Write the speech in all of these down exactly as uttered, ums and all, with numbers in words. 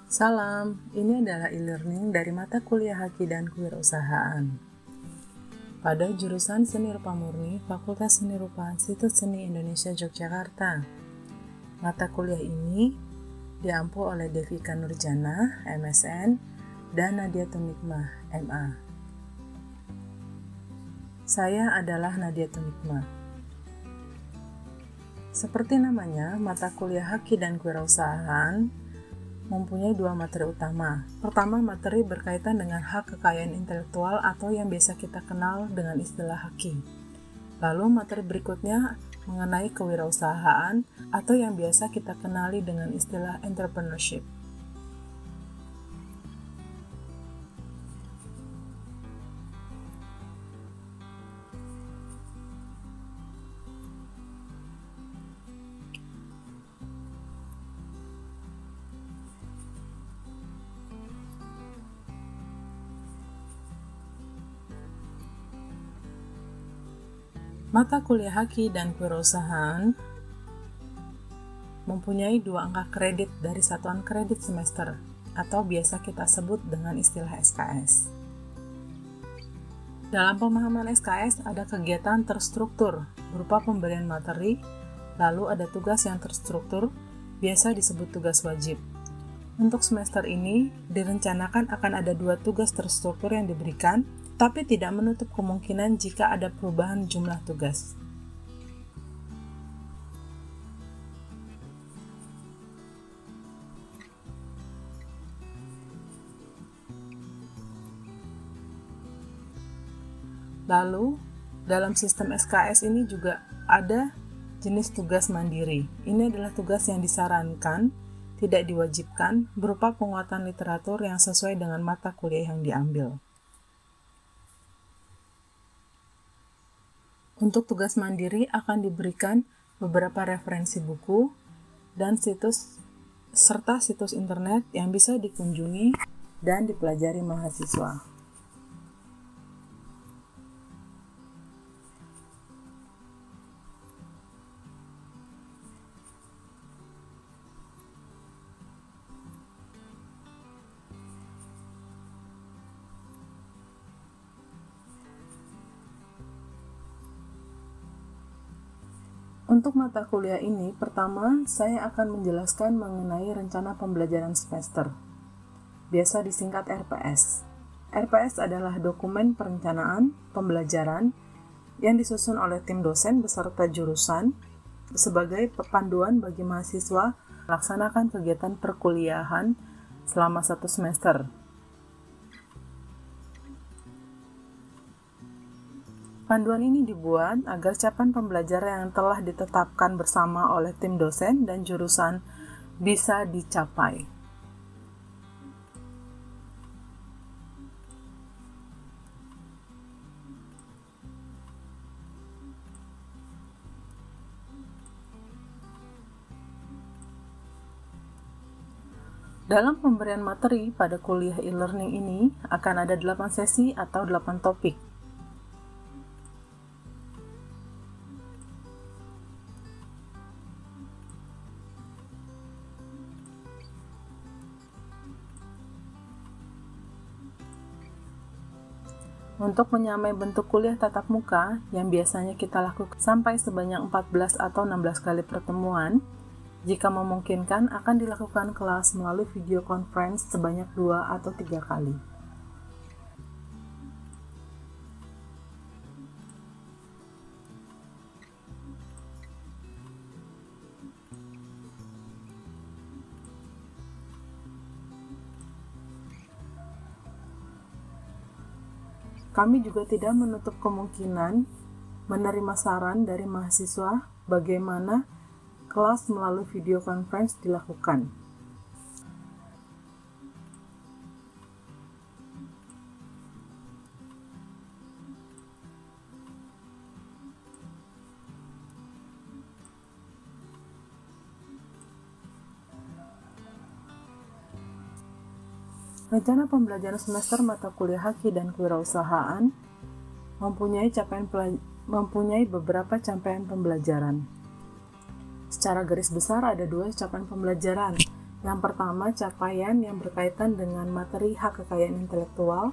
Salam, ini adalah e-learning dari mata kuliah Haki dan Kewirausahaan. Pada jurusan Seni Rupa Murni, Fakultas Seni Rupa Institut Seni Indonesia Yogyakarta. Mata kuliah ini diampu oleh Devika Nurjana, M S N, dan Nadia Tumikmah, M A. Saya adalah Nadia Tumikmah. Seperti namanya, mata kuliah Haki dan Kewirausahaan mempunyai dua materi utama. Pertama, materi berkaitan dengan hak kekayaan intelektual atau yang biasa kita kenal dengan istilah haki. Lalu materi berikutnya mengenai kewirausahaan atau yang biasa kita kenali dengan istilah entrepreneurship. Mata kuliah Haki dan Kewirausahaan mempunyai dua angka kredit dari satuan kredit semester atau biasa kita sebut dengan istilah S K S. Dalam pemahaman S K S ada kegiatan terstruktur berupa pemberian materi, lalu ada tugas yang terstruktur, biasa disebut tugas wajib. Untuk semester ini direncanakan akan ada dua tugas terstruktur yang diberikan, tapi tidak menutup kemungkinan jika ada perubahan jumlah tugas. Lalu, dalam sistem S K S ini juga ada jenis tugas mandiri. Ini adalah tugas yang disarankan, tidak diwajibkan, berupa penguatan literatur yang sesuai dengan mata kuliah yang diambil. Untuk tugas mandiri akan diberikan beberapa referensi buku dan situs serta situs internet yang bisa dikunjungi dan dipelajari mahasiswa. Untuk mata kuliah ini, pertama, saya akan menjelaskan mengenai rencana pembelajaran semester. Biasa disingkat R P S. R P S adalah dokumen perencanaan pembelajaran yang disusun oleh tim dosen beserta jurusan sebagai panduan bagi mahasiswa melaksanakan kegiatan perkuliahan selama satu semester. Panduan ini dibuat agar capaian pembelajaran yang telah ditetapkan bersama oleh tim dosen dan jurusan bisa dicapai. Dalam pemberian materi pada kuliah e-learning ini akan ada delapan sesi atau delapan topik. Untuk menyamai bentuk kuliah tatap muka yang biasanya kita lakukan sampai sebanyak empat belas atau enam belas kali pertemuan, jika memungkinkan akan dilakukan kelas melalui video conference sebanyak dua atau tiga kali. Kami juga tidak menutup kemungkinan menerima saran dari mahasiswa bagaimana kelas melalui video conference dilakukan. Rencana pembelajaran semester mata kuliah Haki dan Kewirausahaan mempunyai capaian mempunyai beberapa capaian pembelajaran. Secara garis besar ada dua capaian pembelajaran. Yang pertama, capaian yang berkaitan dengan materi hak kekayaan intelektual.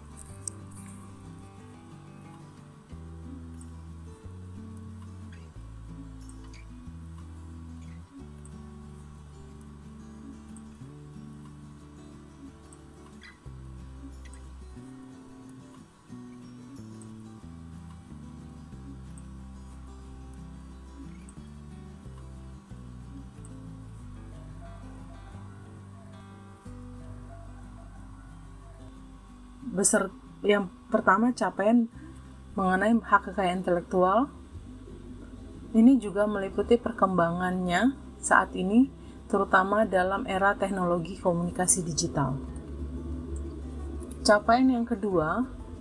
Beser, yang pertama capaian mengenai hak kekayaan intelektual. Ini juga meliputi perkembangannya saat ini, terutama dalam era teknologi komunikasi digital. Capaian yang kedua,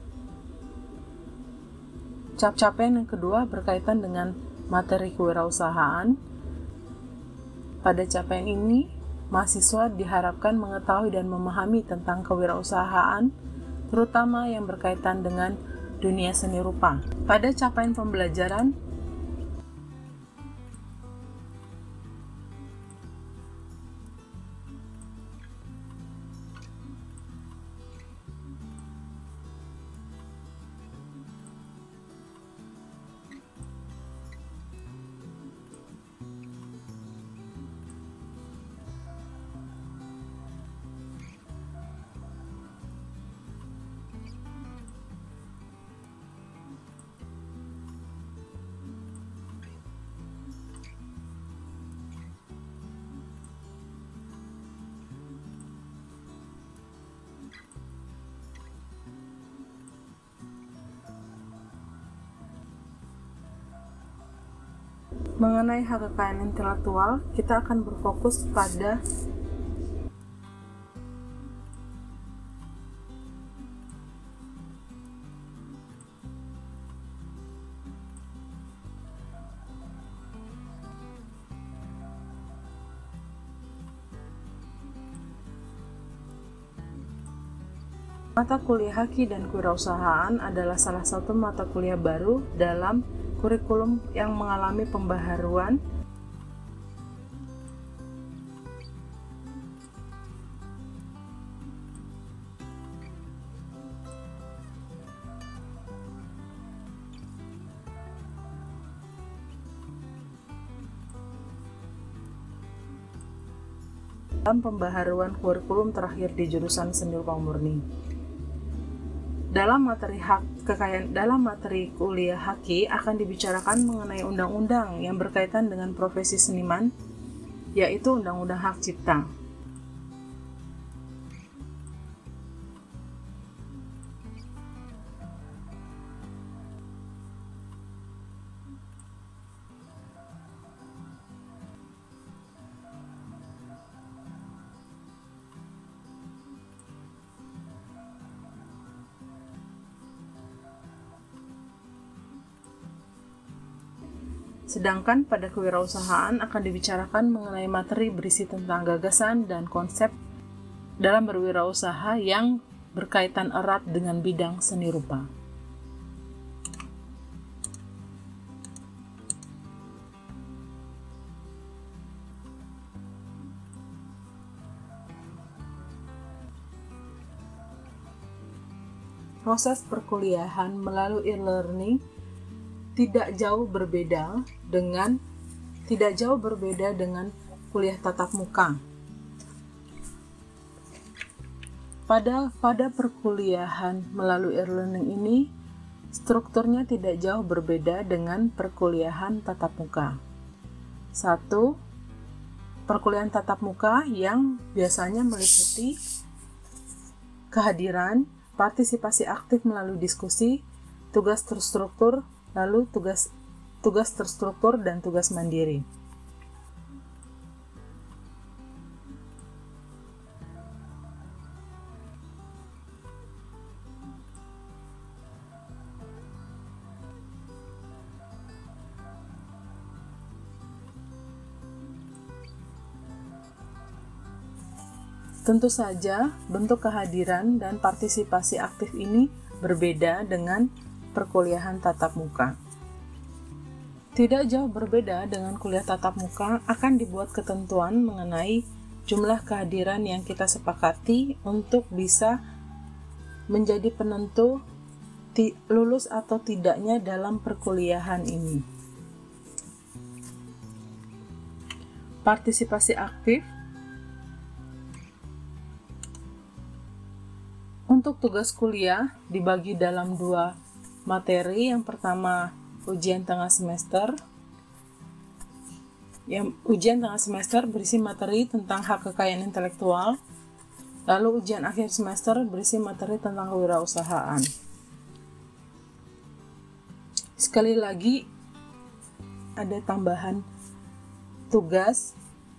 cap capaian yang kedua berkaitan dengan materi kewirausahaan. Pada capaian ini, mahasiswa diharapkan mengetahui dan memahami tentang kewirausahaan, terutama yang berkaitan dengan dunia seni rupa. Pada capaian pembelajaran, mengenai hak kekayaan intelektual, kita akan berfokus pada mata kuliah Haki dan Kewirausahaan adalah salah satu mata kuliah baru dalam kurikulum yang mengalami pembaharuan dalam pembaharuan kurikulum terakhir di jurusan Seni Rupa Murni. Dalam materi hak kekayaan dalam materi kuliah Haki akan dibicarakan mengenai undang-undang yang berkaitan dengan profesi seniman, yaitu Undang-Undang Hak Cipta. Sedangkan pada kewirausahaan akan dibicarakan mengenai materi berisi tentang gagasan dan konsep dalam berwirausaha yang berkaitan erat dengan bidang seni rupa. Proses perkuliahan melalui e-learning tidak jauh berbeda dengan tidak jauh berbeda dengan kuliah tatap muka. Pada pada perkuliahan melalui e-learning ini, strukturnya tidak jauh berbeda dengan perkuliahan tatap muka. Satu, perkuliahan tatap muka yang biasanya meliputi kehadiran, partisipasi aktif melalui diskusi, tugas terstruktur, lalu tugas tugas terstruktur dan tugas mandiri. Tentu saja, bentuk kehadiran dan partisipasi aktif ini berbeda dengan perkuliahan tatap muka. Tidak jauh berbeda dengan kuliah tatap muka, akan dibuat ketentuan mengenai jumlah kehadiran yang kita sepakati untuk bisa menjadi penentu lulus atau tidaknya dalam perkuliahan ini. Partisipasi aktif. Untuk tugas kuliah dibagi dalam dua materi. Yang pertama ujian tengah semester. Yang ujian tengah semester berisi materi tentang hak kekayaan intelektual. Lalu ujian akhir semester berisi materi tentang kewirausahaan. Sekali lagi ada tambahan tugas.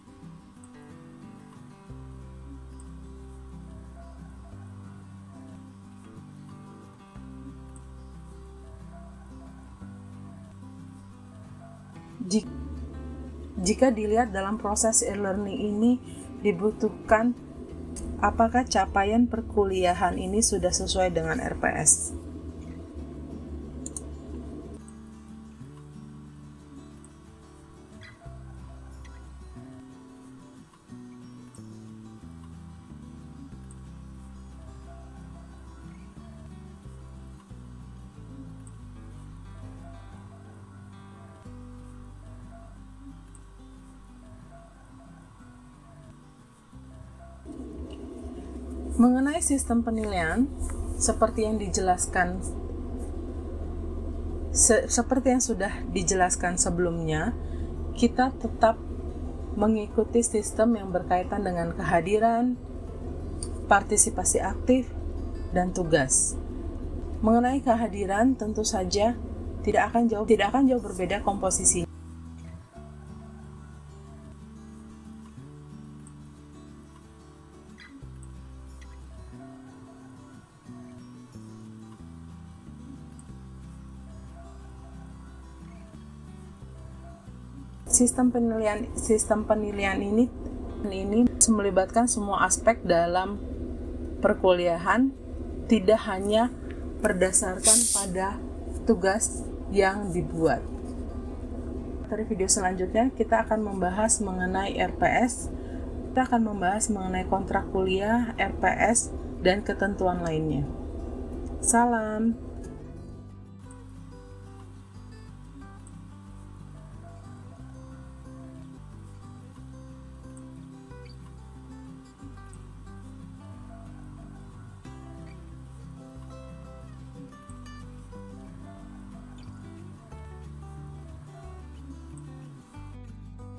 Jika dilihat dalam proses e-learning ini dibutuhkan, apakah capaian perkuliahan ini sudah sesuai dengan R P S? Mengenai sistem penilaian, seperti yang dijelaskan se- seperti yang sudah dijelaskan sebelumnya, kita tetap mengikuti sistem yang berkaitan dengan kehadiran, partisipasi aktif, dan tugas. Mengenai kehadiran, tentu saja tidak akan jauh tidak akan jauh berbeda komposisinya. Sistem penilaian sistem penilaian ini ini melibatkan semua aspek dalam perkuliahan, tidak hanya berdasarkan pada tugas yang dibuat. Dari video selanjutnya kita akan membahas mengenai R P S, kita akan membahas mengenai kontrak kuliah, R P S, dan ketentuan lainnya. Salam.